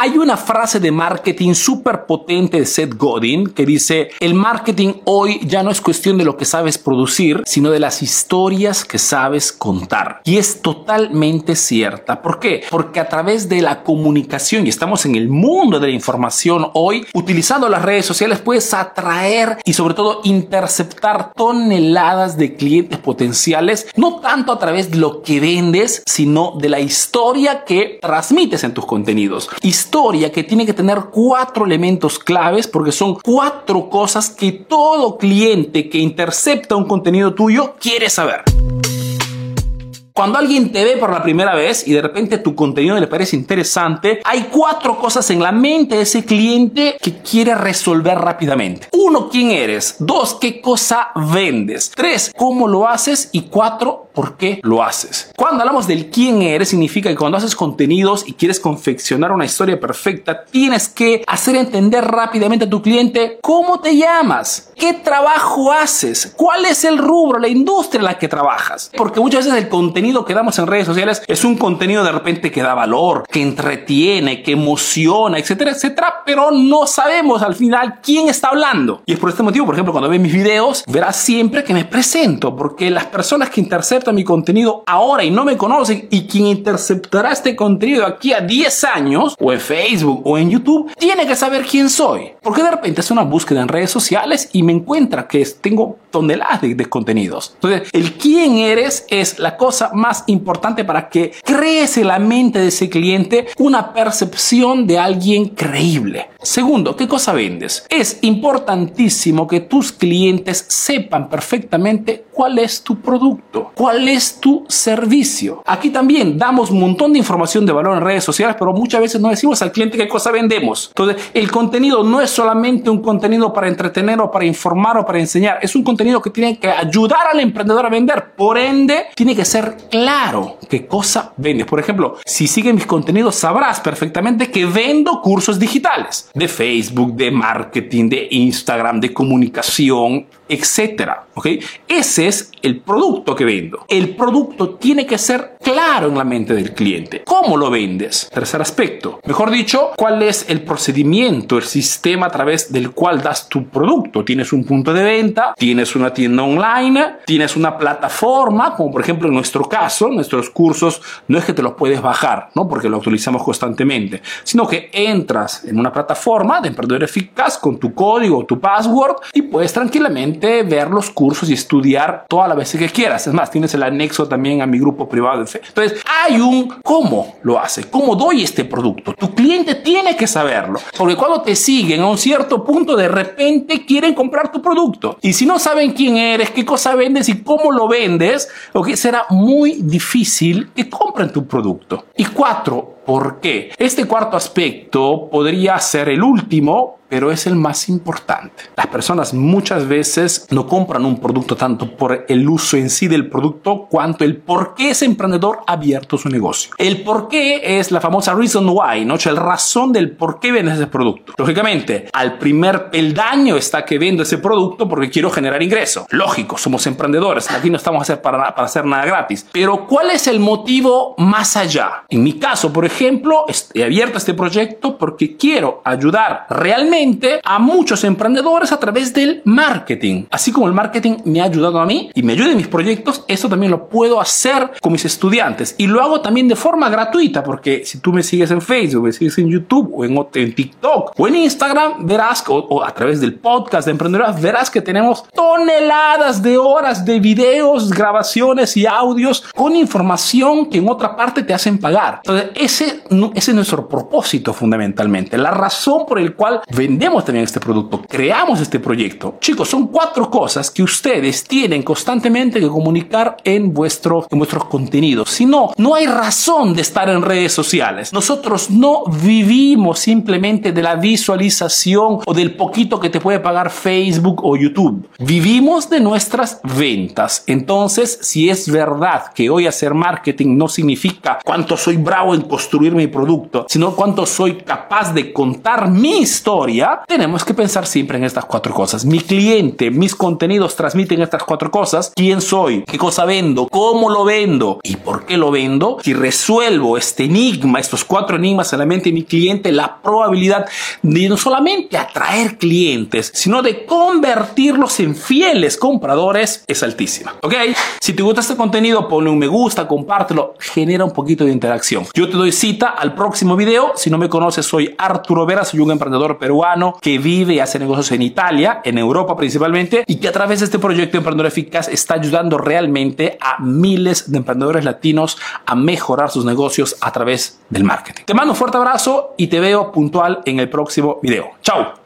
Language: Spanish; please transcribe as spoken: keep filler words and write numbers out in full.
Hay una frase de marketing súper potente de Seth Godin que dice: el marketing hoy ya no es cuestión de lo que sabes producir, sino de las historias que sabes contar. Y es totalmente cierta. ¿Por qué? Porque a través de la comunicación, y estamos en el mundo de la información hoy, utilizando las redes sociales puedes atraer y sobre todo interceptar toneladas de clientes potenciales, no tanto a través de lo que vendes, sino de la historia que transmites en tus contenidos. Historia que tiene que tener cuatro elementos claves, porque son cuatro cosas que todo cliente que intercepta un contenido tuyo quiere saber. Cuando alguien te ve por la primera vez y de repente tu contenido le parece interesante, hay cuatro cosas en la mente de ese cliente que quiere resolver rápidamente. Uno, ¿quién eres? Dos, ¿qué cosa vendes? Tres, ¿cómo lo haces? Y cuatro, ¿por qué lo haces? Cuando hablamos del quién eres, significa que cuando haces contenidos y quieres confeccionar una historia perfecta, tienes que hacer entender rápidamente a tu cliente cómo te llamas, qué trabajo haces, cuál es el rubro, la industria en la que trabajas. Porque muchas veces el contenido que damos en redes sociales es un contenido de repente que da valor, que entretiene, que emociona, etcétera, etcétera, pero no sabemos al final quién está hablando. Y es por este motivo, por ejemplo, cuando ves mis videos, verás siempre que me presento, porque las personas que interceptan mi contenido ahora y no me conocen, y quien interceptará este contenido aquí a diez años, o en Facebook o en YouTube, tiene que saber quién soy. Porque de repente es una búsqueda en redes sociales y me encuentra que tengo toneladas de, de contenidos. Entonces, el quién eres es la cosa más importante para que crees en la mente de ese cliente una percepción de alguien creíble. Segundo, ¿qué cosa vendes? Es importantísimo que tus clientes sepan perfectamente cuál es tu producto, cuál es tu servicio. Aquí también damos un montón de información de valor en redes sociales, pero muchas veces no decimos al cliente qué cosa vendemos. Entonces, el contenido no es solamente un contenido para entretener o para informar o para enseñar. Es un contenido que tiene que ayudar al emprendedor a vender. Por ende, tiene que ser claro qué cosa vendes. Por ejemplo, si sigues mis contenidos, sabrás perfectamente que vendo cursos digitales de Facebook, de marketing, de Instagram, de comunicación, etcétera. ¿Ok? Ese es el producto que vendo. El producto tiene que ser claro en la mente del cliente. ¿Cómo lo vendes? Tercer aspecto. Mejor dicho, ¿cuál es el procedimiento, el sistema a través del cual das tu producto? Tienes un punto de venta, tienes una tienda online, tienes una plataforma, como por ejemplo en nuestro caso, nuestros cursos no es que te los puedes bajar, ¿no? Porque lo actualizamos constantemente, sino que entras en una plataforma de Emprendedor Eficaz con tu código, tu password, y puedes tranquilamente ver los cursos y estudiar todas las veces que quieras. Es más, tienes el anexo también a mi grupo privado de Facebook. Entonces, hay un cómo lo hace, cómo doy este producto. Tu cliente tiene que saberlo, porque cuando te siguen a un cierto punto, de repente quieren comprar tu producto. Y si no saben quién eres, qué cosa vendes y cómo lo vendes, okay, será muy difícil que compren tu producto. Y cuatro, ¿por qué? Este cuarto aspecto podría ser el último, pero es el más importante. Las personas muchas veces no compran un producto tanto por el uso en sí del producto, cuanto el por qué ese emprendedor ha abierto su negocio. El por qué es la famosa reason why, ¿no? O sea, la razón del por qué vendes ese producto. Lógicamente, al primer peldaño está que vendo ese producto porque quiero generar ingreso. Lógico, somos emprendedores, aquí no estamos a hacer para, para hacer nada gratis. Pero ¿cuál es el motivo más allá? En mi caso, por ejemplo, he abierto este proyecto porque quiero ayudar realmente a muchos emprendedores a través del marketing. Así como el marketing me ha ayudado a mí y me ayuda en mis proyectos, esto también lo puedo hacer con mis estudiantes, y lo hago también de forma gratuita, porque si tú me sigues en Facebook, me sigues en YouTube o en, en TikTok o en Instagram, verás, o, o a través del podcast de Emprendedores, verás que tenemos toneladas de horas de videos, grabaciones y audios con información que en otra parte te hacen pagar. Entonces, ese, ese es nuestro propósito fundamentalmente, la razón por el cual vendemos también este producto, creamos este proyecto. Chicos, son cuatro cosas que ustedes tienen constantemente que comunicar en, vuestro, en vuestros contenidos. Si no, no hay razón de estar en redes sociales. Nosotros no vivimos simplemente de la visualización o del poquito que te puede pagar Facebook o YouTube. Vivimos de nuestras ventas. Entonces, si es verdad que hoy hacer marketing no significa cuánto soy bravo en construir construir mi producto, sino cuánto soy capaz de contar mi historia, tenemos que pensar siempre en estas cuatro cosas. Mi cliente, mis contenidos transmiten estas cuatro cosas. ¿Quién soy? ¿Qué cosa vendo? ¿Cómo lo vendo? ¿Y por qué lo vendo? Si resuelvo este enigma, estos cuatro enigmas en la mente de mi cliente, la probabilidad de no solamente atraer clientes, sino de convertirlos en fieles compradores es altísima. ¿Ok? Si te gusta este contenido, ponle un me gusta, compártelo, genera un poquito de interacción. Yo te doy cita al próximo video. Si no me conoces, soy Arturo Vera, soy un emprendedor peruano que vive y hace negocios en Italia, en Europa principalmente, y que a través de este proyecto Emprendedor Eficaz está ayudando realmente a miles de emprendedores latinos a mejorar sus negocios a través del marketing. Te mando un fuerte abrazo y te veo puntual en el próximo video. Chao.